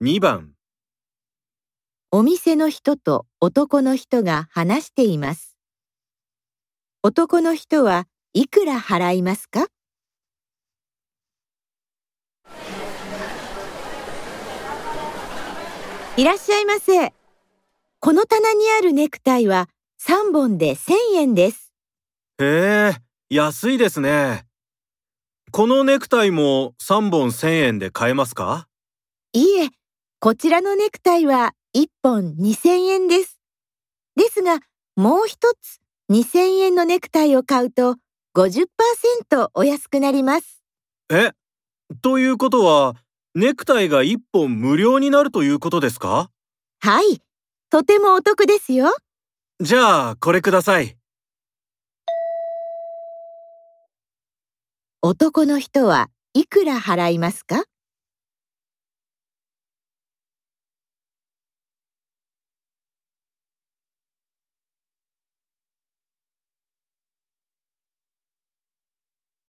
2番、 お店の人と男の人が話しています。男の人はいくら払いますか？いらっしゃいませ。この棚にあるネクタイは3本で1000円です。 へえ、安いですね。このネクタイも3本1000円で買えますか？ いいえ、こちらのネクタイは1本2000円です。ですが、もう一つ2000円のネクタイを買うと 50% お安くなります。 え、ということは、ネクタイが1本無料になるということですか？ はい、とてもお得ですよ。 じゃあ、これください。 男の人はいくら払いますか？